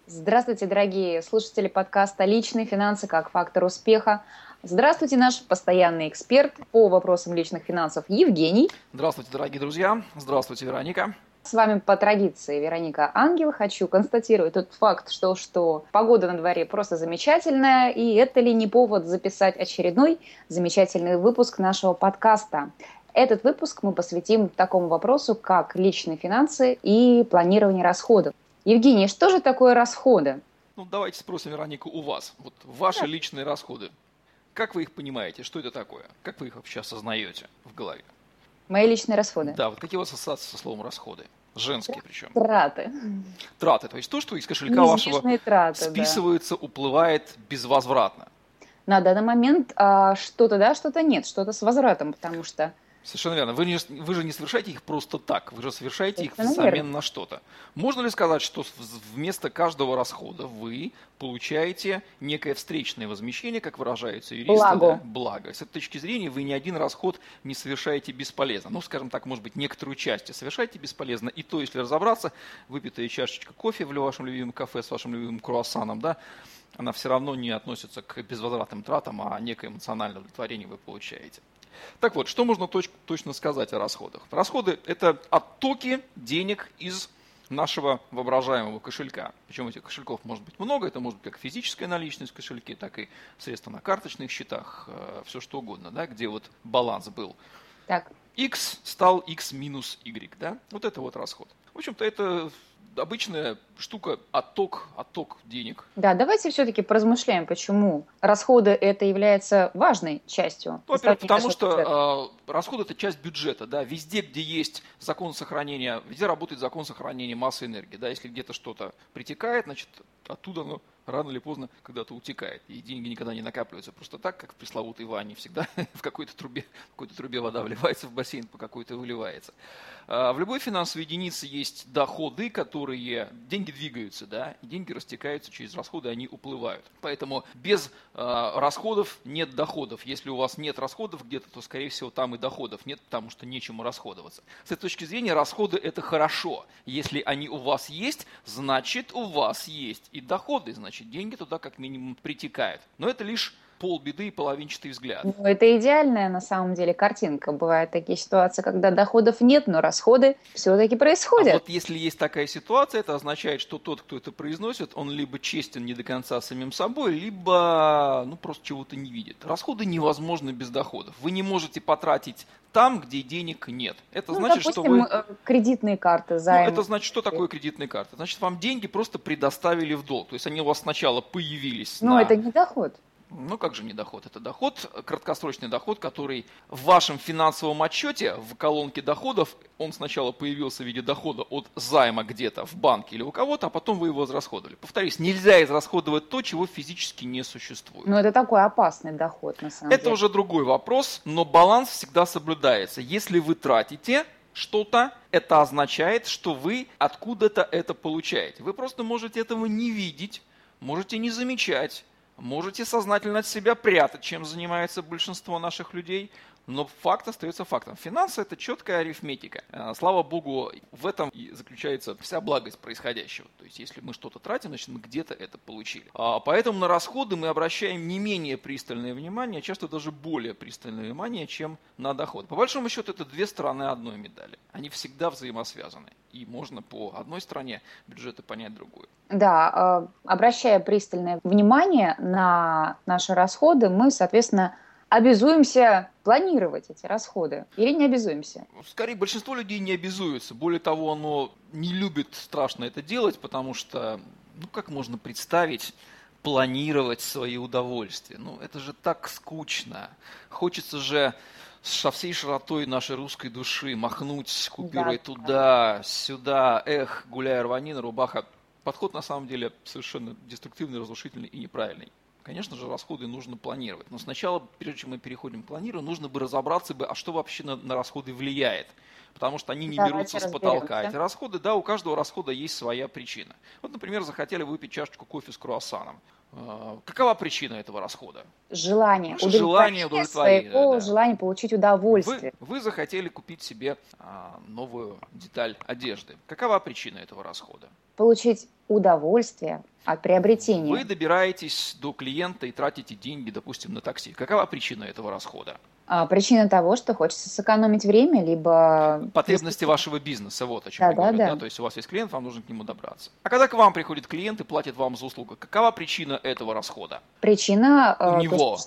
Здравствуйте, дорогие слушатели подкаста «Личные финансы как фактор успеха». Здравствуйте, наш постоянный эксперт по вопросам личных финансов Евгений. Здравствуйте, дорогие друзья. Здравствуйте, Вероника. С вами по традиции Вероника Ангел. Хочу констатировать тот факт, что погода на дворе просто замечательная, и это ли не повод записать очередной замечательный выпуск нашего подкаста. Этот выпуск мы посвятим такому вопросу, как личные финансы и планирование расходов. Евгений, что же такое расходы? Давайте спросим, Вероника, у вас. Вот ваши личные расходы. Как вы их понимаете? Что это такое? Как вы их вообще осознаете в голове? Мои личные расходы. Да, вот какие у вас ассоциации со словом расходы? Женские причем. Траты. Траты, то есть то, что из кошелька вашего траты, списывается, уплывает безвозвратно. На данный момент что-то да, что-то нет, что-то с возвратом, потому что... Совершенно верно. Вы же не совершаете их просто так, вы же совершаете их Совершенно взамен верно. на что-то. Можно ли сказать, что вместо каждого расхода вы получаете некое встречное возмещение, как выражаются юристы? Благо. Да? Благо. С этой точки зрения вы ни один расход не совершаете бесполезно. Ну, скажем так, может быть, некоторую часть совершаете бесполезно. И то, если разобраться, выпитая чашечка кофе в вашем любимом кафе с вашим любимым круассаном, да, она все равно не относится к безвозвратным тратам, а некое эмоциональное удовлетворение вы получаете. Так вот, что можно точно сказать о расходах? Расходы – это оттоки денег из нашего воображаемого кошелька. Причем этих кошельков может быть много, это может быть как физическая наличность в кошельке, так и средства на карточных счетах, все что угодно, да, где вот баланс был. Так. X стал X минус Y, да? Вот это вот расход. В общем-то, это обычная штука, отток денег. Да, давайте все-таки поразмышляем, почему расходы это является важной частью. Во-первых, потому что расходы – это часть бюджета. Да? Везде, где есть закон сохранения, везде работает закон сохранения массы энергии. Да? Если где-то что-то притекает, значит, оттуда оно рано или поздно когда-то утекает. И деньги никогда не накапливаются просто так, как в пресловутой ванне. Всегда в какой-то трубе вода вливается в бассейн, по какой-то выливается. В любой финансовой единице есть доходы, которые... Деньги двигаются, да, и деньги растекаются через расходы, они уплывают. Поэтому без расходов нет доходов. Если у вас нет расходов где-то, то, скорее всего, там и доходов нет, потому что нечему расходоваться. С этой точки зрения расходы – это хорошо. Если они у вас есть, значит, у вас есть и доходы, значит, деньги туда как минимум притекают. Но это лишь полбеды и половинчатый взгляд. Ну, это идеальная на самом деле картинка. Бывают такие ситуации, когда доходов нет, но расходы все-таки происходят. А вот если есть такая ситуация, это означает, что тот, кто это произносит, он либо честен не до конца самим собой, либо просто чего-то не видит. Расходы невозможны без доходов. Вы не можете потратить там, где денег нет. Это значит, допустим, что кредитные карты, займы. Это значит, что такое кредитная карта? Значит, вам деньги просто предоставили в долг. То есть они у вас сначала появились Но это не доход. Как же не доход? Это доход, краткосрочный доход, который в вашем финансовом отчете, в колонке доходов, он сначала появился в виде дохода от займа где-то в банке или у кого-то, а потом вы его израсходовали. Повторюсь, нельзя израсходовать то, чего физически не существует. Но это такой опасный доход, на самом деле. Это уже другой вопрос, но баланс всегда соблюдается. Если вы тратите что-то, это означает, что вы откуда-то это получаете. Вы просто можете этого не видеть, можете не замечать. Можете сознательно от себя прятать, чем занимается большинство наших людей, но факт остается фактом. Финансы – это четкая арифметика. Слава богу, в этом и заключается вся благость происходящего. То есть, если мы что-то тратим, значит, мы где-то это получили. Поэтому на расходы мы обращаем не менее пристальное внимание, а часто даже более пристальное внимание, чем на доход. По большому счету, это две стороны одной медали. Они всегда взаимосвязаны. И можно по одной стороне бюджета понять другую. Да, обращая пристальное внимание на наши расходы, мы, соответственно, обязуемся планировать эти расходы или не обязуемся? Скорее, большинство людей не обязуются. Более того, оно не любит страшно это делать, потому что, как можно представить, планировать свои удовольствия? Это же так скучно. Хочется же со всей широтой нашей русской души махнуть купюрой туда, сюда, гуляя рванина, рубаха. Подход на самом деле совершенно деструктивный, разрушительный и неправильный. Конечно же, расходы нужно планировать. Но сначала, прежде чем мы переходим к планированию, нужно бы разобраться, а что вообще на расходы влияет. Потому что они не берутся с потолка. Эти расходы, у каждого расхода есть своя причина. Вот, например, захотели выпить чашечку кофе с круассаном. Какова причина этого расхода? Желание удовлетворения. Своего желания получить удовольствие. Вы захотели купить себе новую деталь одежды. Какова причина этого расхода? Получить удовольствие. От приобретения. Вы добираетесь до клиента и тратите деньги, допустим, на такси. Какова причина этого расхода? Причина того, что хочется сэкономить время, либо... Потребности вашего бизнеса, вот о чем я говорю. Да? То есть у вас есть клиент, вам нужно к нему добраться. А когда к вам приходит клиент и платит вам за услугу, какова причина этого расхода? Причина... У него.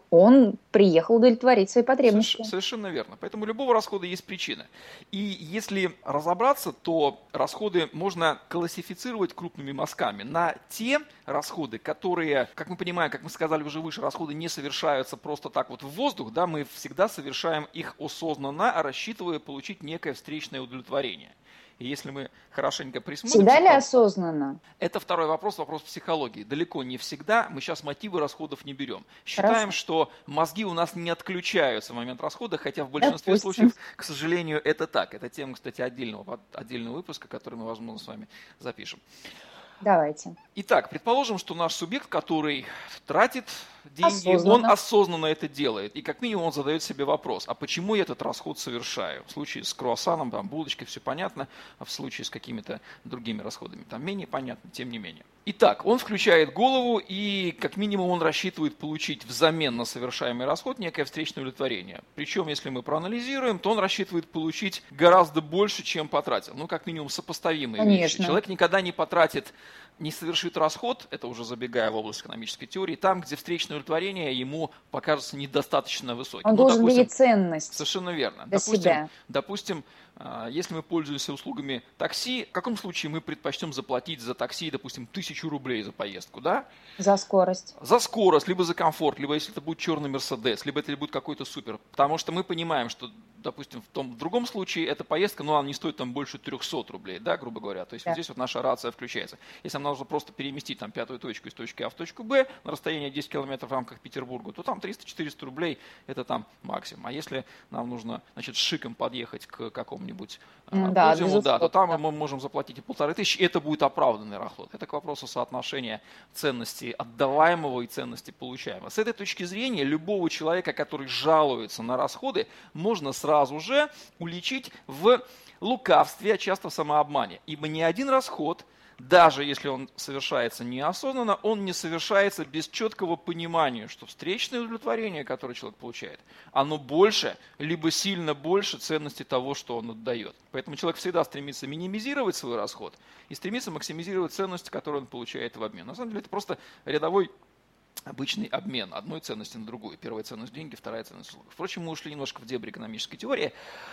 Он приехал удовлетворить свои потребности. Совершенно верно. Поэтому у любого расхода есть причина. И если разобраться, то расходы можно классифицировать крупными мазками на те расходы, которые, как мы понимаем, как мы сказали уже выше, расходы не совершаются просто так вот в воздух, да, мы всегда совершаем их осознанно, рассчитывая получить некое встречное удовлетворение. И если мы хорошенько присмотримся... Всегда ли осознанно? Это второй вопрос, вопрос психологии. Далеко не всегда. Мы сейчас мотивы расходов не берем. Считаем, что мозги у нас не отключаются в момент расхода, хотя в большинстве случаев, к сожалению, это так. Это тема, кстати, отдельного выпуска, который мы, возможно, с вами запишем. Давайте. Итак, предположим, что наш субъект, который тратит деньги, осознанно. Он осознанно это делает. И как минимум он задает себе вопрос, а почему я этот расход совершаю? В случае с круассаном, там, булочкой, все понятно, а в случае с какими-то другими расходами, там менее понятно, тем не менее. Итак, он включает голову и как минимум он рассчитывает получить взамен на совершаемый расход некое встречное удовлетворение. Причем, если мы проанализируем, то он рассчитывает получить гораздо больше, чем потратил. Ну, как минимум, сопоставимые вещи. Человек никогда не потратит, не совершит расход, это уже забегая в область экономической теории, там, где встречное удовлетворение ему покажется недостаточно высоким. Он должен видеть ценность. Совершенно верно. Для себя. Допустим, если мы пользуемся услугами такси, в каком случае мы предпочтем заплатить за такси, допустим, 1000 рублей за поездку, да? За скорость. За скорость, либо за комфорт, либо если это будет черный Мерседес, либо это будет какой-то супер. Потому что мы понимаем, что, допустим, в другом случае эта поездка, ну, она не стоит там больше 300 рублей, да, грубо говоря. То есть вот здесь вот наша рация включается. Если нам нужно просто переместить там пятую точку из точки А в точку Б на расстояние 10 километров в рамках Петербурга, то там 300-400 рублей это там максимум. А если нам нужно, значит, с шиком подъехать к какому-нибудь подиуму, то там мы можем заплатить и 1500, и это будет оправданный расход. Это к вопросу соотношения ценности отдаваемого и ценности получаемого. С этой точки зрения любого человека, который жалуется на расходы, можно сразу же уличить в лукавстве, а часто в самообмане. Ибо ни один расход, даже если он совершается неосознанно, он не совершается без четкого понимания, что встречное удовлетворение, которое человек получает, оно больше, либо сильно больше ценности того, что он отдает. Поэтому человек всегда стремится минимизировать свой расход и стремится максимизировать ценность, которую он получает в обмен. На самом деле это просто рядовой обычный обмен одной ценности на другую. Первая ценность – деньги, вторая ценность – услуга. Впрочем, мы ушли немножко в дебри экономической теории.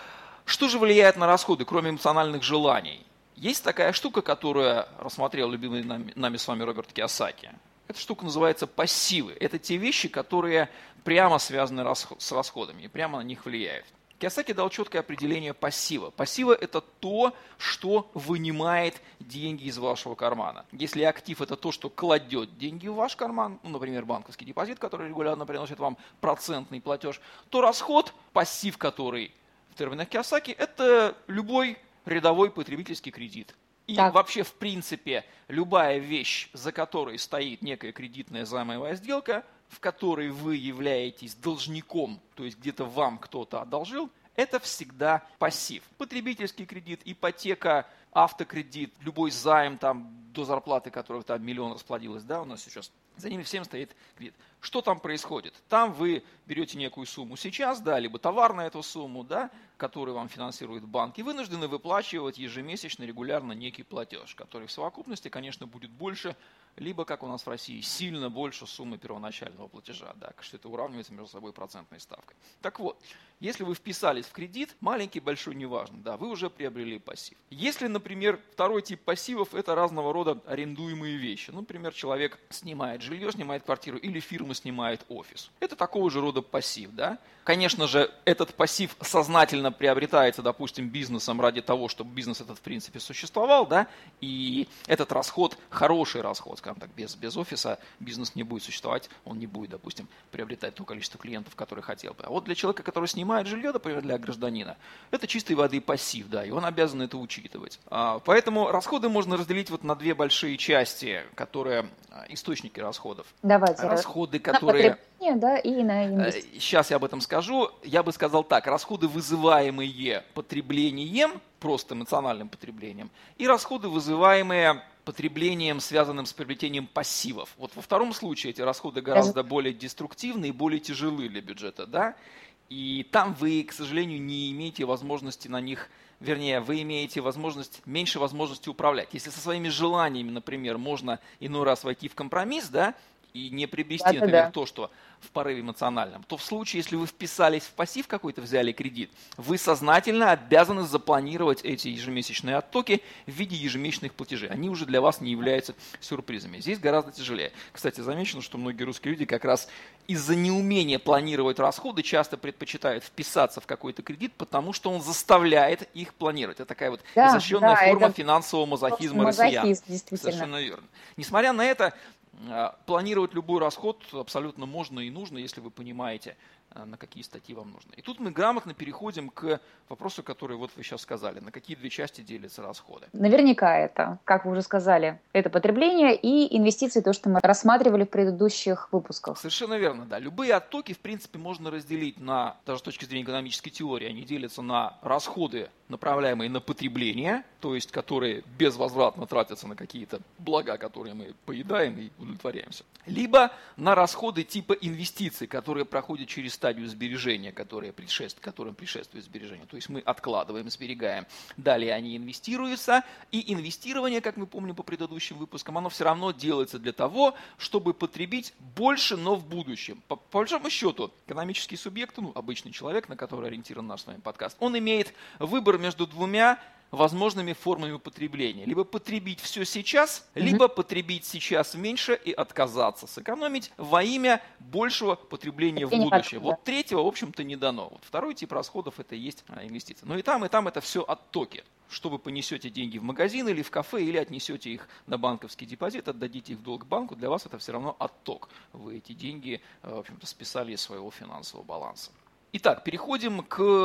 Что же влияет на расходы, кроме эмоциональных желаний? Есть такая штука, которую рассмотрел любимый нами с вами Роберт Кийосаки. Эта штука называется пассивы. Это те вещи, которые прямо связаны с расходами и прямо на них влияют. Кийосаки дал четкое определение пассива. Пассива – это то, что вынимает деньги из вашего кармана. Если актив – это то, что кладет деньги в ваш карман, ну, например, банковский депозит, который регулярно приносит вам процентный платеж, то расход, пассив, который в терминах Кийосаки, это любой рядовой потребительский кредит. И вообще, в принципе, любая вещь, за которой стоит некая кредитная займовая сделка, в которой вы являетесь должником, то есть где-то вам кто-то одолжил, это всегда пассив. Потребительский кредит, ипотека, автокредит, любой займ там, до зарплаты, которых там миллион расплодилось, да, у нас сейчас, за ними всем стоит кредит. Что там происходит? Там вы берете некую сумму сейчас, да, либо товар на эту сумму, да, который вам финансирует банк, и вынуждены выплачивать ежемесячно, регулярно некий платеж, который в совокупности, конечно, будет больше, либо, как у нас в России, сильно больше суммы первоначального платежа, да, что это уравнивается между собой процентной ставкой. Так вот, если вы вписались в кредит, маленький, большой, неважно, да, вы уже приобрели пассив. Если, например, второй тип пассивов – это разного рода арендуемые вещи. Например, человек снимает жилье, снимает квартиру, или фирма снимает офис. Это такого же рода пассив, да. Конечно же, этот пассив сознательно приобретается, допустим, бизнесом ради того, чтобы бизнес этот, в принципе, существовал, да, и этот расход, хороший расход, скажем так, без офиса бизнес не будет существовать, он не будет, допустим, приобретать то количество клиентов, которые хотел бы. А вот для человека, который снимает жилье, например, для гражданина, это чистой воды пассив, да, и он обязан это учитывать. Поэтому расходы можно разделить вот на две большие части, которые источники расходов. Давайте. Расходы, которые... Да, и на инвестиции. Сейчас я об этом скажу. Я бы сказал так. Расходы, вызываемые потреблением, просто эмоциональным потреблением, и расходы, вызываемые потреблением, связанным с приобретением пассивов. Вот во втором случае эти расходы гораздо более деструктивны и более тяжелы для бюджета, да, и там вы, к сожалению, не имеете возможности на них, вернее, вы имеете меньше возможности управлять. Если со своими желаниями, например, можно иной раз войти в компромисс, да, и не приобрести, например, то, что в порыве эмоциональном, то в случае, если вы вписались в пассив какой-то, взяли кредит, вы сознательно обязаны запланировать эти ежемесячные оттоки в виде ежемесячных платежей. Они уже для вас не являются сюрпризами. Здесь гораздо тяжелее. Кстати, замечено, что многие русские люди как раз из-за неумения планировать расходы часто предпочитают вписаться в какой-то кредит, потому что он заставляет их планировать. Это такая вот изощренная форма финансового мазохизма россиян. Совершенно верно. Несмотря на это, планировать любой расход абсолютно можно и нужно, если вы понимаете, на какие статьи вам нужно. И тут мы грамотно переходим к вопросу, который вот вы сейчас сказали. На какие две части делятся расходы? Наверняка это, как вы уже сказали, это потребление и инвестиции, то, что мы рассматривали в предыдущих выпусках. Совершенно верно, да. Любые оттоки, в принципе, можно разделить на, даже с точки зрения экономической теории, они делятся на расходы, направляемые на потребление, то есть которые безвозвратно тратятся на какие-то блага, которые мы поедаем и удовлетворяемся. Либо на расходы типа инвестиций, которые проходят через стадию сбережения, которым предшествует сбережению. То есть мы откладываем, сберегаем. Далее они инвестируются. И инвестирование, как мы помним по предыдущим выпускам, оно все равно делается для того, чтобы потребить больше, но в будущем. По большому счету, экономический субъект, обычный человек, на который ориентирован наш с вами подкаст, он имеет выбор между двумя возможными формами потребления. Либо потребить все сейчас, либо потребить сейчас меньше и отказаться, сэкономить во имя большего потребления в будущем. Вот третьего, в общем-то, не дано. Вот второй тип расходов – это и есть инвестиции. Но и там это все оттоки. Что вы понесете деньги в магазин или в кафе, или отнесете их на банковский депозит, отдадите их в долг банку, для вас это все равно отток. Вы эти деньги, в общем-то, списали из своего финансового баланса. Итак, переходим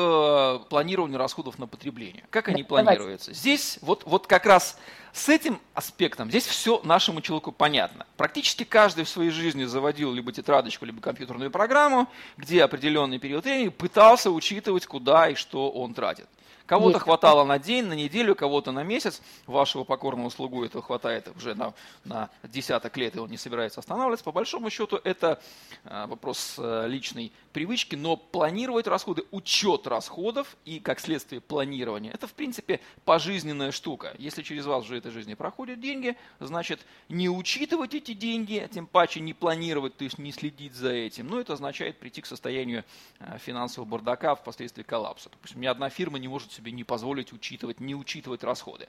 к планированию расходов на потребление. Как они планируются? Здесь вот как раз с этим аспектом здесь все нашему человеку понятно. Практически каждый в своей жизни заводил либо тетрадочку, либо компьютерную программу, где определенный период времени пытался учитывать, куда и что он тратит. Кого-то хватало на день, на неделю, кого-то на месяц. Вашего покорного слугу этого хватает уже на десяток лет, и он не собирается останавливаться. По большому счету это вопрос личной привычки, но планировать расходы, учет расходов и, как следствие, планирование, это, в принципе, пожизненная штука. Если через вас в этой жизни проходят деньги, значит, не учитывать эти деньги, а тем паче не планировать, то есть не следить за этим, это означает прийти к состоянию финансового бардака, впоследствии коллапса. Допустим, ни одна фирма не может себе не позволить не учитывать расходы.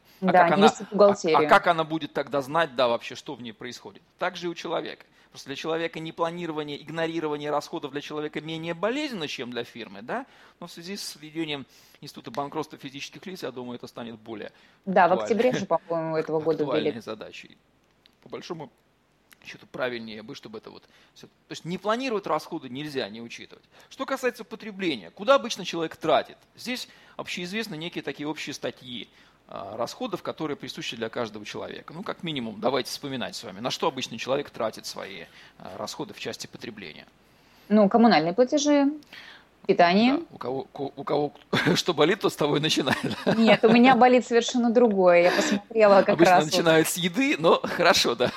Как она будет тогда знать, вообще, что в ней происходит? Так же и у человека. Просто для человека непланирование, игнорирование расходов для человека менее болезненно, чем для фирмы, да? Но в связи с введением института банкротства физических лиц, я думаю, это станет более в октябре же, по-моему, этого года актуальной задачей. По большому счету правильнее бы, чтобы это все. То есть не планировать расходы нельзя, не учитывать. Что касается потребления, куда обычно человек тратит? Здесь общеизвестны некие такие общие статьи расходов, которые присущи для каждого человека. Как минимум, давайте вспоминать с вами, на что обычный человек тратит свои расходы в части потребления. Коммунальные платежи, питание. Да. У кого что болит, то с того и начинает. Нет, у меня болит совершенно другое. Я посмотрела как обычно раз... Обычно начинают с еды, но хорошо, да.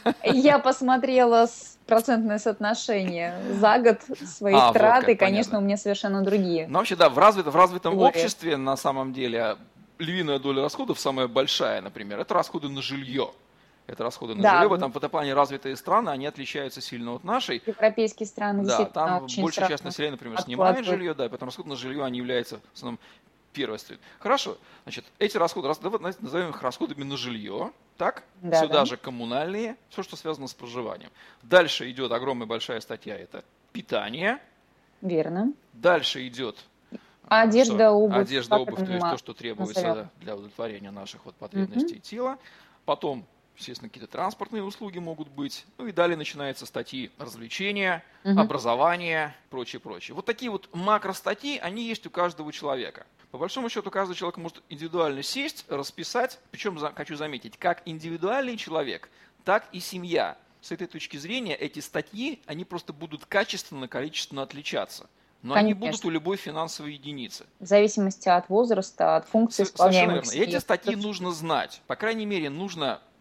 Я посмотрела процентное соотношение за год своих трат, и, конечно, понятно. У меня совершенно другие. Вообще, да, в развитом обществе, на самом деле, львиная доля расходов, самая большая, например, это расходы на жилье. Это расходы на жилье. В этом плане развитые страны, они отличаются сильно от нашей. Европейские страны, да, там большая часть населения, например, снимает жилье, да, поэтому расходы на жилье, они являются в основном первенством. Хорошо, значит, эти расходы, назовем их расходами на жилье, так? Да, сюда же коммунальные, все, что связано с проживанием. Дальше идет огромная большая статья, это питание. Верно. Дальше идет одежда, обувь. То есть то, что требуется для удовлетворения наших потребностей тела. Потом, естественно, какие-то транспортные услуги могут быть. И далее начинаются статьи развлечения, образование, прочее. Вот такие макростатьи, они есть у каждого человека. По большому счету, каждый человек может индивидуально сесть, расписать. Причем, хочу заметить, как индивидуальный человек, так и семья. С этой точки зрения эти статьи, они просто будут качественно, количественно отличаться. Но Конечно. Они будут у любой финансовой единицы. В зависимости от возраста, от функции исполняемых. Совершенно верно. Эти статьи нужно знать. По крайней мере, нужно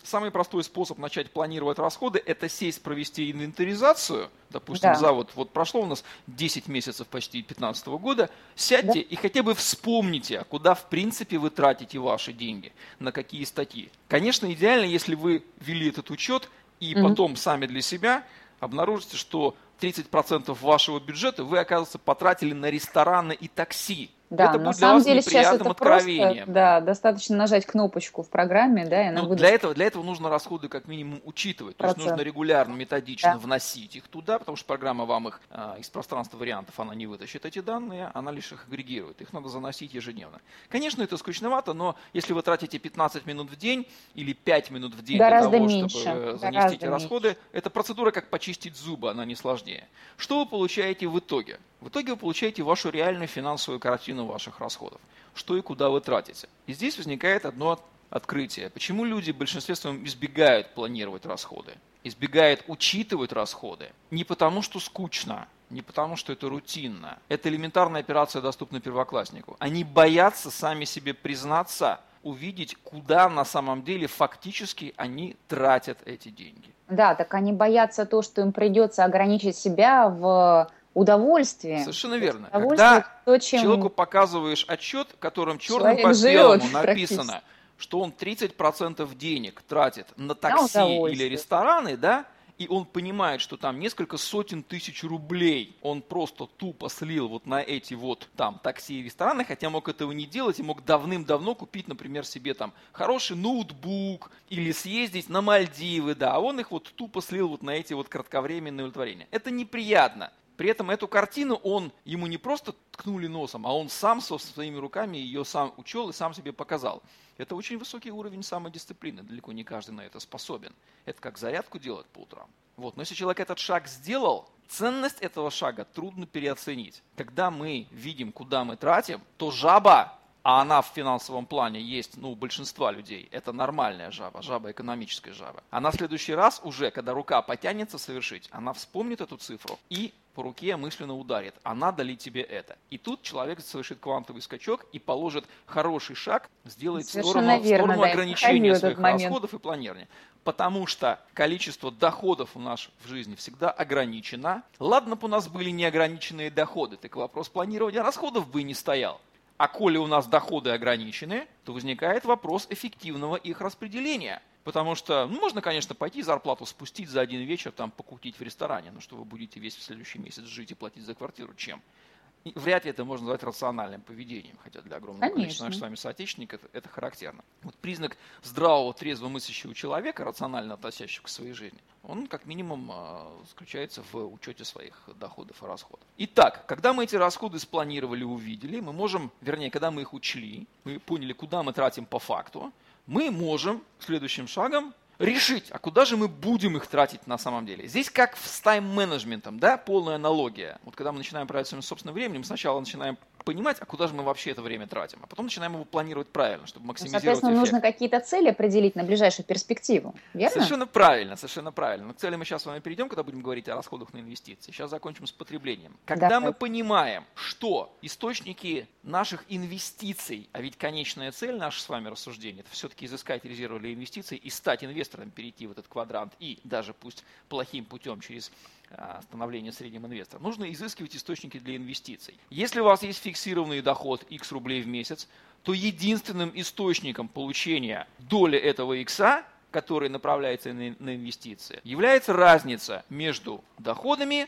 Самый простой способ начать планировать расходы – это сесть, провести инвентаризацию. Допустим, за вот прошло у нас 10 месяцев почти 2015 года. Сядьте и хотя бы вспомните, куда в принципе вы тратите ваши деньги, на какие статьи. Конечно, идеально, если вы вели этот учет и потом сами для себя обнаружите, что 30% вашего бюджета вы, оказывается, потратили на рестораны и такси. Да, это на будет самом для вас деле сейчас неприятным это просто, откровением. да, достаточно нажать кнопочку в программе, да, и она выдаст. Для этого нужно расходы как минимум учитывать. То есть нужно регулярно, методично вносить их туда, потому что программа вам их из пространства вариантов, она не вытащит эти данные, она лишь их агрегирует. Их надо заносить ежедневно. Конечно, это скучновато, но если вы тратите 15 минут в день или 5 минут в день гораздо для того, меньше, чтобы занести эти расходы, это процедура как почистить зубы, она не сложнее. Что вы получаете в итоге? В итоге вы получаете вашу реальную финансовую картину ваших расходов. Что и куда вы тратите. И здесь возникает одно открытие. Почему люди в большинстве своем избегают планировать расходы? Избегают учитывать расходы? Не потому, что скучно, не потому, что это рутинно. Это элементарная операция, доступна первокласснику. Они боятся сами себе признаться, увидеть, куда на самом деле фактически они тратят эти деньги. Да, так они боятся то, что им придется ограничить себя в удовольствие. Совершенно верно. Когда человеку показываешь отчет, в котором черным по белому написано, что он 30% денег тратит на такси или рестораны, да, и он понимает, что там несколько сотен тысяч рублей он просто тупо слил вот на эти вот там такси и рестораны, хотя мог этого не делать и мог давным-давно купить, например, себе там хороший ноутбук или съездить на Мальдивы, да, а он их вот тупо слил вот на эти вот кратковременные удовлетворения. Это неприятно. При этом эту картину ему не просто ткнули носом, а он сам со своими руками ее сам учел и сам себе показал. Это очень высокий уровень самодисциплины, далеко не каждый на это способен. Это как зарядку делать по утрам. Вот. Но если человек этот шаг сделал, ценность этого шага трудно переоценить. Когда мы видим, куда мы тратим, то жаба, а она в финансовом плане есть у большинства людей, это нормальная жаба, жаба экономическая жаба. Она в следующий раз уже, когда рука потянется совершить, она вспомнит эту цифру и по руке мысленно ударит, а надо ли тебе это. И тут человек совершит квантовый скачок и положит хороший шаг, сделает в сторону ограничения своих расходов и планирования. Потому что количество доходов у нас в жизни всегда ограничено. Ладно бы у нас были неограниченные доходы, так вопрос планирования расходов бы и не стоял. А коли у нас доходы ограничены, то возникает вопрос эффективного их распределения. Потому что, можно, конечно, пойти зарплату спустить за один вечер, там, покутить в ресторане, но что вы будете весь следующий месяц жить и платить за квартиру, чем? И вряд ли это можно назвать рациональным поведением, хотя для огромного количества наших с вами соотечественников это характерно. Вот признак здравого, трезво мыслящего человека, рационально относящего к своей жизни, он как минимум заключается в учете своих доходов и расходов. Итак, когда мы эти расходы спланировали, увидели, мы можем, вернее, когда мы их учли, мы поняли, куда мы тратим по факту, мы можем следующим шагом решить, а куда же мы будем их тратить на самом деле. Здесь как с тайм-менеджментом, да, полная аналогия. Вот когда мы начинаем управлять своим собственным временем, мы сначала начинаем понимать, а куда же мы вообще это время тратим, а потом начинаем его планировать правильно, чтобы максимизировать эффект. Соответственно, нужно какие-то цели определить на ближайшую перспективу, верно? Совершенно правильно, совершенно правильно. Но к цели мы сейчас с вами перейдем, когда будем говорить о расходах на инвестиции. Сейчас закончим с потреблением. Когда мы понимаем, что источники наших инвестиций, а ведь конечная цель наша с вами рассуждения, это все-таки изыскать резервы для инвестиций и стать инвестором, перейти в этот квадрант и даже пусть плохим путем через становление средним инвестором, нужно изыскивать источники для инвестиций. Если у вас есть фиксированный доход X рублей в месяц, то единственным источником получения доли этого X, который направляется на инвестиции, является разница между доходами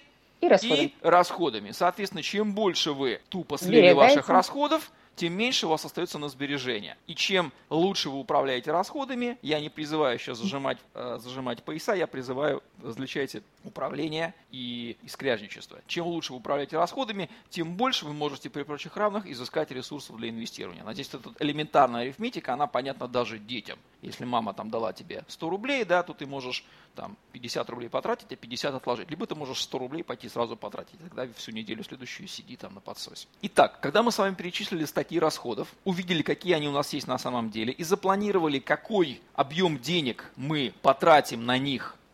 и расходами. Соответственно, чем больше вы тупо слили ваших расходов, тем меньше у вас остается на сбережения. И чем лучше вы управляете расходами, я не призываю сейчас зажимать пояса, я призываю, различайте управление и скряжничество. Чем лучше вы управляете расходами, тем больше вы можете при прочих равных изыскать ресурсов для инвестирования. Надеюсь, эта элементарная арифметика, она понятна даже детям. Если мама там дала тебе 100 рублей, да, то ты можешь там 50 рублей потратить, а 50 отложить. Либо ты можешь 100 рублей пойти сразу потратить, тогда всю неделю следующую сиди там на подсосе. Итак, когда мы с вами перечислили статьи расходов, увидели, какие они у нас есть на самом деле, и запланировали, какой объем денег мы потратим на них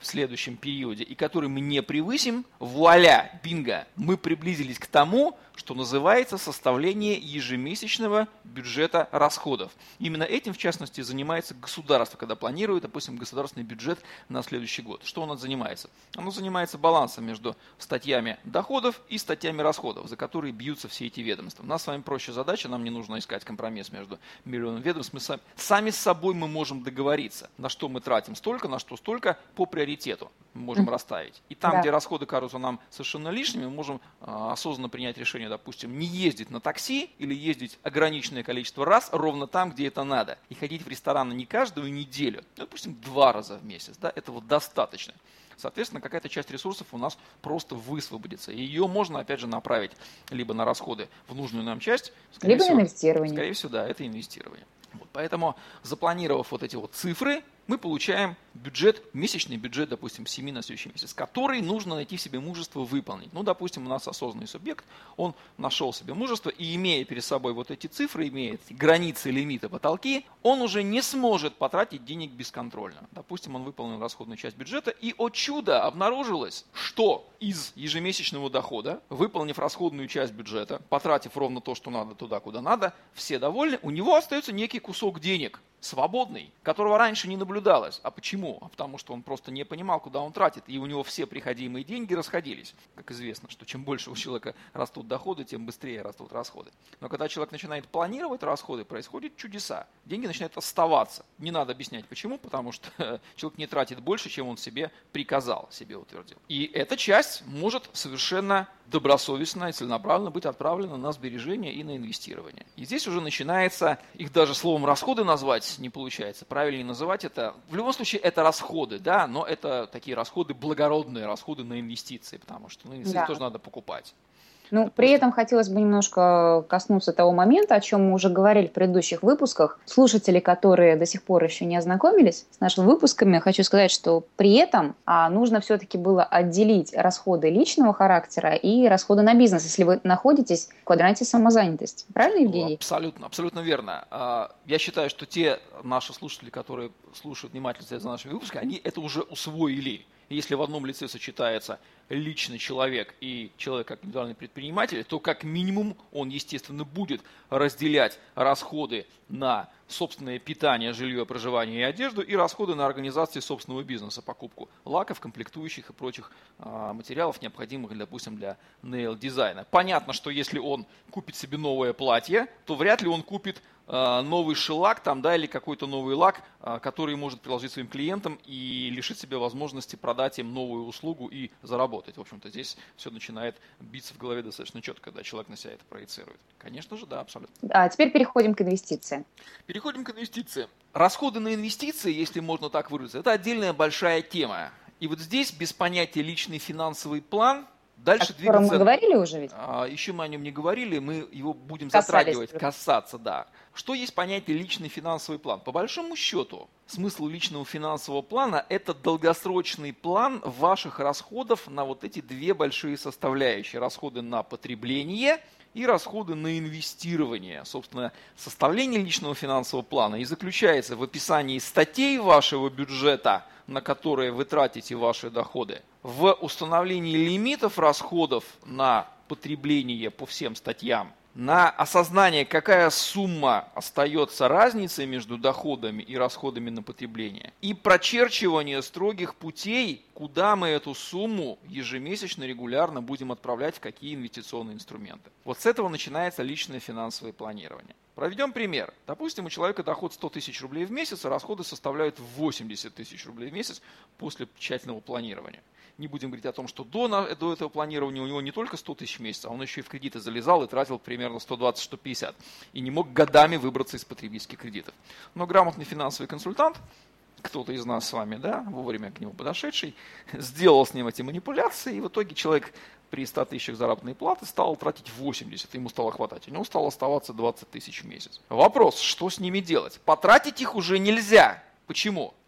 в следующем периоде и который мы не превысим, вуаля, бинго, мы приблизились к тому, что называется составление ежемесячного бюджета расходов. Именно этим, в частности, занимается государство, когда планирует, допустим, государственный бюджет на следующий год. Что оно занимается? Оно занимается балансом между статьями доходов и статьями расходов, за которые бьются все эти ведомства. У нас с вами проще задача, нам не нужно искать компромисс между миллионом ведомств. Мы сами с собой мы можем договориться, на что мы тратим столько, на что столько по приоритету мы можем расставить. И там, где расходы кажутся нам совершенно лишними, мы можем осознанно принять решение, допустим, не ездить на такси или ездить ограниченное количество раз ровно там, где это надо. И ходить в рестораны не каждую неделю, допустим, 2 раза в месяц. Да, этого достаточно. Соответственно, какая-то часть ресурсов у нас просто высвободится. И ее можно, опять же, направить либо на расходы в нужную нам часть, либо на инвестирование. Скорее всего, да, это инвестирование. Вот, поэтому, запланировав вот эти вот цифры, мы получаем бюджет, месячный бюджет, допустим, 7 на следующий месяц, который нужно найти в себе мужество выполнить. Ну, допустим, у нас осознанный субъект, он нашел себе мужество, и имея перед собой вот эти цифры, имея эти границы, лимиты, потолки, он уже не сможет потратить денег бесконтрольно. Допустим, он выполнил расходную часть бюджета, и, о чудо, обнаружилось, что из ежемесячного дохода, выполнив расходную часть бюджета, потратив ровно то, что надо туда, куда надо, все довольны, у него остается некий кусок денег, свободный, которого раньше не наблюдалось. А почему? А потому что он просто не понимал, куда он тратит, и у него все приходимые деньги расходились. Как известно, что чем больше у человека растут доходы, тем быстрее растут расходы. Но когда человек начинает планировать расходы, происходят чудеса. Деньги начинают оставаться. Не надо объяснять почему, потому что человек не тратит больше, чем он себе приказал, себе утвердил. И эта часть может совершенно добросовестно и целенаправленно быть отправлена на сбережения и на инвестирование. И здесь уже начинается, их даже словом расходы назвать не получается. Правильнее называть это, в любом случае это расходы, да, но это такие расходы, благородные расходы на инвестиции, потому что на инвестиции тоже надо покупать. Ну, при этом хотелось бы немножко коснуться того момента, о чем мы уже говорили в предыдущих выпусках. Слушатели, которые до сих пор еще не ознакомились с нашими выпусками, хочу сказать, что при этом нужно все-таки было отделить расходы личного характера и расходы на бизнес, если вы находитесь в квадранте самозанятости. Правильно, Евгений? Абсолютно, абсолютно верно. Я считаю, что те наши слушатели, которые слушают внимательно за нашими выпусками, они это уже усвоили. Если в одном лице сочетается личный человек и человек как индивидуальный предприниматель, то как минимум он, естественно, будет разделять расходы на собственное питание, жилье, проживание и одежду и расходы на организацию собственного бизнеса, покупку лаков, комплектующих и прочих материалов, необходимых, допустим, для нейл-дизайна. Понятно, что если он купит себе новое платье, то вряд ли он купит новый шеллак там, да, или какой-то новый лак, который может приложить своим клиентам и лишить себя возможности продать им новую услугу и заработать. В общем-то, здесь все начинает биться в голове достаточно четко, когда человек на себя это проецирует. Конечно же, да, абсолютно. А теперь переходим к инвестициям. Переходим к инвестициям. Расходы на инвестиции, если можно так выразиться, это отдельная большая тема. И вот здесь без понятия личный финансовый план дальше двигаться. О котором мы говорили уже ведь? Еще мы о нем не говорили, мы его будем затрагивать, касаться, да. Что есть понятие личный финансовый план? По большому счету, смысл личного финансового плана – это долгосрочный план ваших расходов на вот эти две большие составляющие. Расходы на потребление и расходы на инвестирование. Собственно, составление личного финансового плана и заключается в описании статей вашего бюджета, на которые вы тратите ваши доходы, в установлении лимитов расходов на потребление по всем статьям, на осознание, какая сумма остается разницей между доходами и расходами на потребление, и прочерчивание строгих путей, куда мы эту сумму ежемесячно, регулярно будем отправлять, в какие инвестиционные инструменты. Вот с этого начинается личное финансовое планирование. Проведем пример. Допустим, у человека доход 100 тысяч рублей в месяц, а расходы составляют 80 тысяч рублей в месяц после тщательного планирования. Не будем говорить о том, что до этого планирования у него не только 100 тысяч в месяц, а он еще и в кредиты залезал и тратил примерно 120-150. И не мог годами выбраться из потребительских кредитов. Но грамотный финансовый консультант, кто-то из нас с вами, да, вовремя к нему подошедший, сделал с ним эти манипуляции, и в итоге человек при 100 тысячах заработной платы стал тратить 80, ему стало хватать, у него стало оставаться 20 тысяч в месяц. Вопрос, что с ними делать? Потратить их уже нельзя. Почему?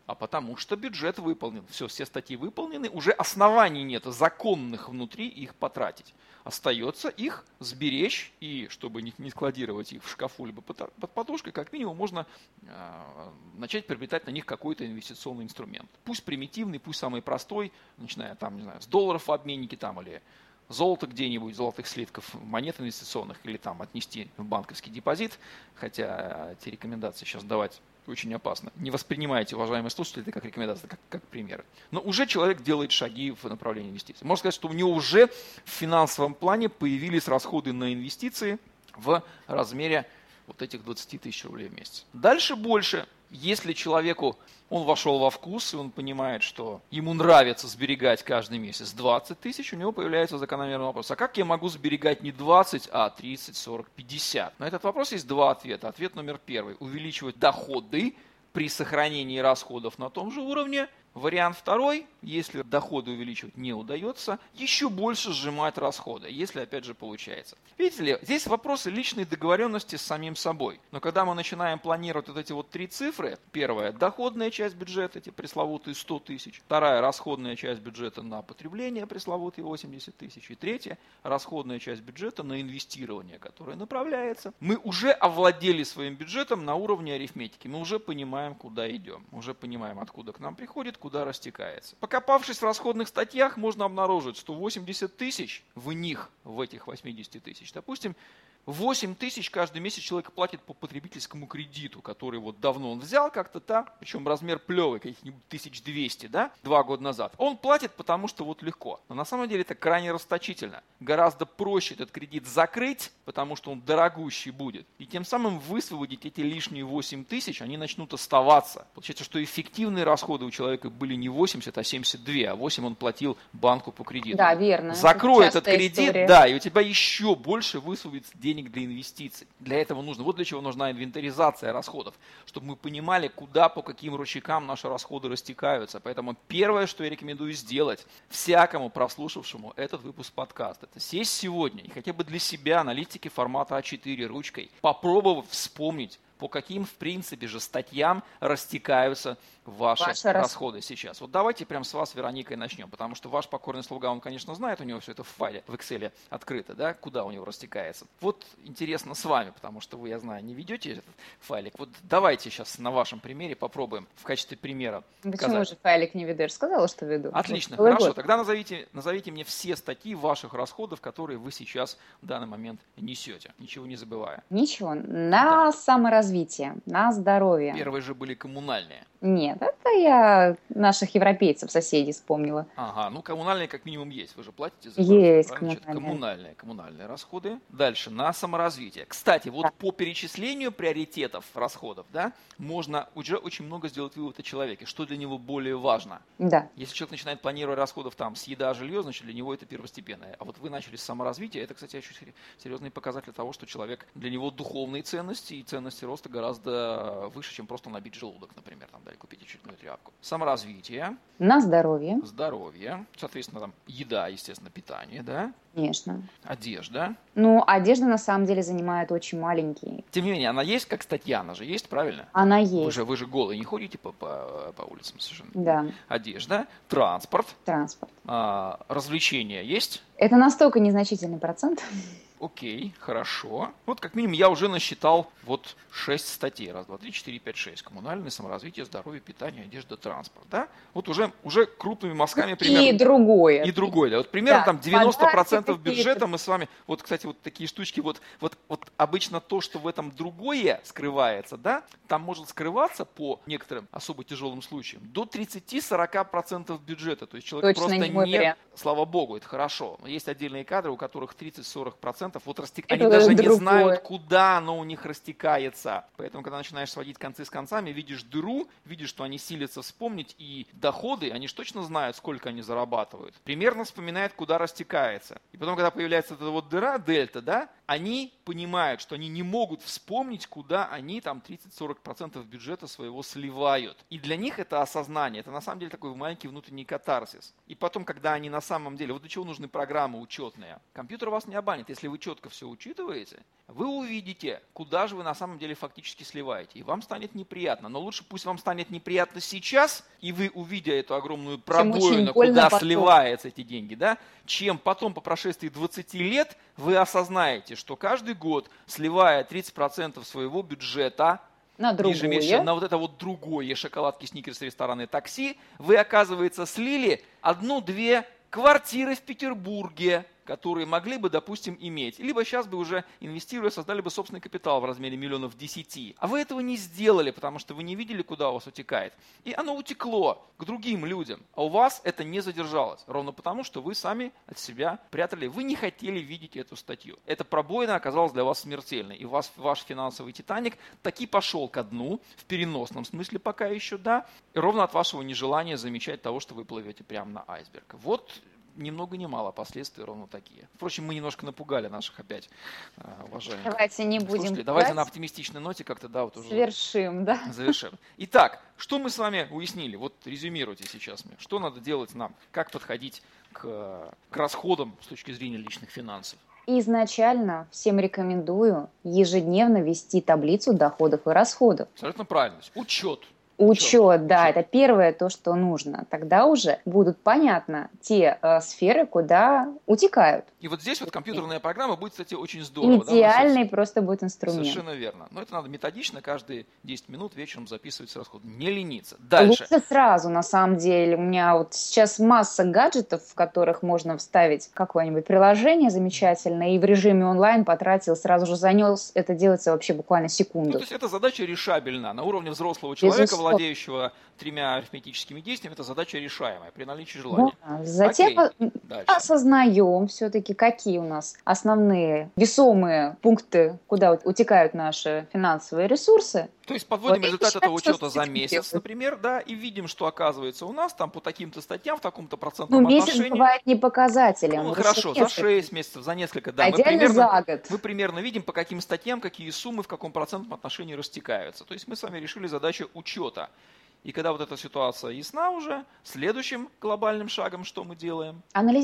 А потому что бюджет выполнен. Все статьи выполнены, уже оснований нет законных внутри их потратить. Остается их сберечь, и чтобы не складировать их в шкафу либо под подушкой, как минимум можно начать приобретать на них какой-то инвестиционный инструмент. Пусть примитивный, пусть самый простой, начиная там, не знаю, с долларов в обменнике там, или золото где-нибудь, золотых слитков, монет инвестиционных, или там отнести в банковский депозит, хотя эти рекомендации сейчас давать очень опасно. Не воспринимайте, уважаемые слушатели, это как рекомендации, как примеры. Но уже человек делает шаги в направлении инвестиций. Можно сказать, что у него уже в финансовом плане появились расходы на инвестиции в размере вот этих 20 тысяч рублей в месяц. Дальше больше. Если человеку, он вошел во вкус, и он понимает, что ему нравится сберегать каждый месяц 20 тысяч, у него появляется закономерный вопрос. А как я могу сберегать не 20, а 30, 40, 50? На этот вопрос есть два ответа. Ответ номер первый. Увеличивать доходы при сохранении расходов на том же уровне. Вариант второй, если доходы увеличивать не удается, еще больше сжимать расходы, если опять же получается. Видите ли, здесь вопросы личной договоренности с самим собой. Но когда мы начинаем планировать вот эти вот три цифры, первая – доходная часть бюджета, эти пресловутые 100 тысяч, вторая – расходная часть бюджета на потребление, пресловутые 80 тысяч, и третья – расходная часть бюджета на инвестирование, которое направляется. Мы уже овладели своим бюджетом на уровне арифметики, мы уже понимаем, куда идем, уже понимаем, откуда к нам приходит, куда растекается. Покопавшись в расходных статьях, можно обнаружить, что 80 тысяч в них, в этих 80 тысяч, допустим, 8 тысяч каждый месяц человек платит по потребительскому кредиту, который вот давно он взял как-то так, причем размер плевый, каких-нибудь 1200, да, 2 года назад. Он платит, потому что вот легко. Но на самом деле это крайне расточительно. Гораздо проще этот кредит закрыть, потому что он дорогущий будет. И тем самым высвободить эти лишние 8 тысяч, они начнут оставаться. Получается, что эффективные расходы у человека были не 80, а 72, а 8 он платил банку по кредиту. Да, верно. Закрой этот кредит, история. да, и у тебя еще больше высвободится денег для инвестиций. Для этого нужно, вот для чего нужна инвентаризация расходов, чтобы мы понимали, куда, по каким ручейкам наши расходы растекаются. Поэтому первое, что я рекомендую сделать всякому прослушавшему этот выпуск подкаста, это сесть сегодня и хотя бы для себя аналитики формата А4 ручкой, попробовав вспомнить, по каким, в принципе же, статьям растекаются ваши расходы сейчас. Вот давайте прямо с вас, Вероника, и начнем, потому что ваш покорный слуга, он, конечно, знает, у него все это в файле, в Excel открыто, да, куда у него растекается. Вот интересно с вами, потому что вы, я знаю, не ведете этот файлик. Вот давайте сейчас на вашем примере попробуем в качестве примера Почему же файлик не веду? Я же сказала, что веду. Отлично, хорошо. Тогда назовите мне все статьи ваших расходов, которые вы сейчас в данный момент несете, ничего не забывая. Ничего. На саморазвитие, на здоровье. Первые же были коммунальные. Нет, это я наших европейцев, соседей вспомнила. Ага, ну коммунальные как минимум есть. Вы же платите за есть коммунальные расходы. Дальше, на саморазвитие. Кстати, вот по перечислению приоритетов расходов, да, можно уже очень много сделать вывод о человеке, что для него более важно. Да. Если человек начинает планировать расходов там с еда, жилье, значит для него это первостепенное. А вот вы начали с саморазвития, это, кстати, очень серьезный показатель того, что человек, для него духовные ценности и ценности роста гораздо выше, чем просто набить желудок, например, там, да, купить очередную тряпку. Саморазвитие. На здоровье. Здоровье. Соответственно, там еда, естественно, питание, да? Конечно. Одежда. Ну, одежда на самом деле занимает очень маленький. Тем не менее, она есть как статья, она же есть, правильно? Она есть. Вы же голые не ходите по улицам совершенно. Да. Одежда, транспорт. Транспорт. Развлечения есть? Это настолько незначительный процент. Окей, хорошо. Вот как минимум я уже насчитал вот 6 статей. Раз, два, три, 4, 5, 6. Коммунальное, саморазвитие, здоровье, питание, одежда, транспорт. Да? Вот уже крупными мазками примерно. И другое. И другое. Да. Вот примерно да, там 90% бюджета мы с вами. Вот, кстати, вот такие штучки. Вот обычно то, что в этом другое скрывается, да, там может скрываться по некоторым особо тяжелым случаям до 30-40% бюджета. То есть человек точно просто не. Слава богу, это хорошо. Но есть отдельные кадры, у которых 30-40%. Они даже не знают, куда оно у них растекается. Поэтому, когда начинаешь сводить концы с концами, видишь дыру, видишь, что они силятся вспомнить, и доходы, они же точно знают, сколько они зарабатывают. Примерно вспоминают, куда растекается. И потом, когда появляется эта вот дыра, дельта, да, они понимают, что они не могут вспомнить, куда они там 30-40% бюджета своего сливают. И для них это осознание, это на самом деле такой маленький внутренний катарсис. И потом, когда они на самом деле, вот для чего нужны программы учетные? Компьютер вас не обманет. Если вы четко все учитываете, вы увидите, куда же вы на самом деле фактически сливаете. И вам станет неприятно. Но лучше пусть вам станет неприятно сейчас, и вы, увидя эту огромную пробоину, куда сливаются эти деньги, да, чем потом по прошествии 20 лет вы осознаете, что каждый год, сливая 30% своего бюджета ежемесячно на вот это вот другое, шоколадки, сникерс, рестораны, такси, вы, оказывается, слили 1-2 квартиры в Петербурге, которые могли бы, допустим, иметь. Либо сейчас бы уже, инвестируя, создали бы собственный капитал в размере 10 миллионов. А вы этого не сделали, потому что вы не видели, куда у вас утекает. И оно утекло к другим людям. А у вас это не задержалось. Ровно потому, что вы сами от себя прятали. Вы не хотели видеть эту статью. Эта пробоина оказалась для вас смертельной. И ваш финансовый Титаник таки пошел ко дну, в переносном смысле пока еще, да, и ровно от вашего нежелания замечать того, что вы плывете прямо на айсберг. Вот ни много ни мало последствия ровно такие. Впрочем, мы немножко напугали наших опять уважаемых. Давайте не будем пугать. Давайте на оптимистичной ноте как-то, да, вот уже завершим. Итак, что мы с вами уяснили? Вот резюмируйте сейчас мне. Что надо делать нам? Как подходить к расходам с точки зрения личных финансов? Изначально всем рекомендую ежедневно вести таблицу доходов и расходов. Абсолютно правильно. Учет, да, это первое то, что нужно. Тогда уже будут понятно те сферы, куда утекают. И вот здесь вот компьютерная программа будет, кстати, очень здорово. Идеальный просто будет инструмент. Совершенно верно. Но это надо методично, каждые 10 минут вечером записывать расходы. Не лениться. Дальше. Лучше сразу, на самом деле. У меня вот сейчас масса гаджетов, в которых можно вставить какое-нибудь приложение замечательное, и в режиме онлайн потратил, сразу же занес. Это делается вообще буквально секунду. То есть эта задача решабельна. На уровне взрослого человека, владеющего 3 арифметическими действиями, это задача решаемая при наличии желания. Да. Затем осознаем все-таки, какие у нас основные весомые пункты, куда утекают наши финансовые ресурсы. То есть подводим результат этого учета за месяц, например, да, и видим, что оказывается у нас там по таким-то статьям в таком-то процентном отношении. Месяц бывает не показателем. Ну, хорошо, за 6 месяцев, за несколько, да. За год. Мы примерно видим, по каким статьям, какие суммы в каком процентном отношении растекаются. То есть мы с вами решили задачу учета. И когда вот эта ситуация ясна уже, следующим глобальным шагом что мы делаем?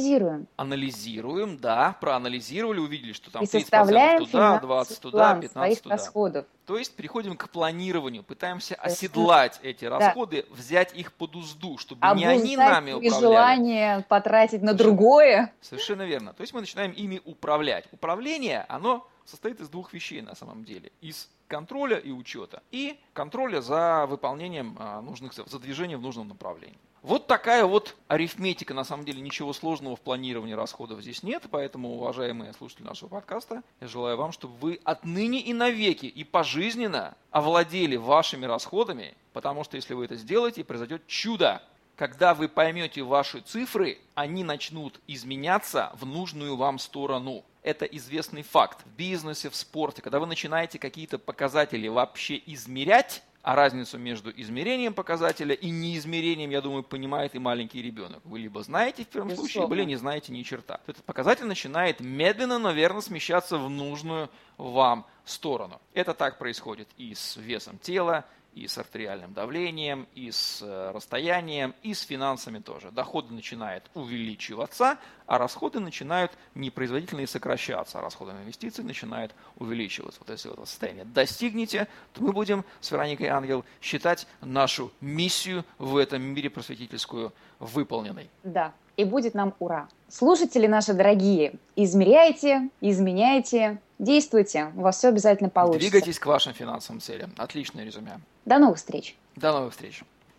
Анализируем, да, проанализировали, увидели, что там 30% туда, 20% туда, 15% туда. Расходов. То есть переходим к планированию, пытаемся оседлать эти расходы, взять их под узду, чтобы не они нами управляли. Желание потратить на другое. Совершенно верно. То есть мы начинаем ими управлять. Управление, оно состоит из двух вещей на самом деле. Из контроля и учета. И контроля за выполнением нужных целей, за движением в нужном направлении. Вот такая вот арифметика. На самом деле ничего сложного в планировании расходов здесь нет. Поэтому, уважаемые слушатели нашего подкаста, я желаю вам, чтобы вы отныне и навеки и пожизненно овладели вашими расходами. Потому что если вы это сделаете, произойдет чудо. Когда вы поймете ваши цифры, они начнут изменяться в нужную вам сторону. Это известный факт в бизнесе, в спорте. Когда вы начинаете какие-то показатели вообще измерять, а разницу между измерением показателя и неизмерением, я думаю, понимает и маленький ребенок. Вы либо знаете в первом случае, либо не знаете ни черта. Этот показатель начинает медленно, но верно смещаться в нужную вам сторону. Это так происходит и с весом тела, и с артериальным давлением, и с расстоянием, и с финансами тоже. Доходы начинают увеличиваться, а расходы начинают непроизводительно сокращаться, а расходы на инвестиции начинают увеличиваться. Вот если вы это состояние достигнете, то мы будем с Вероникой Ангел считать нашу миссию в этом мире просветительскую выполненной. Да, и будет нам ура. Слушатели наши дорогие, измеряйте, изменяйте, действуйте, у вас все обязательно получится. Двигайтесь к вашим финансовым целям. Отличное резюме. До новых встреч. До новых встреч.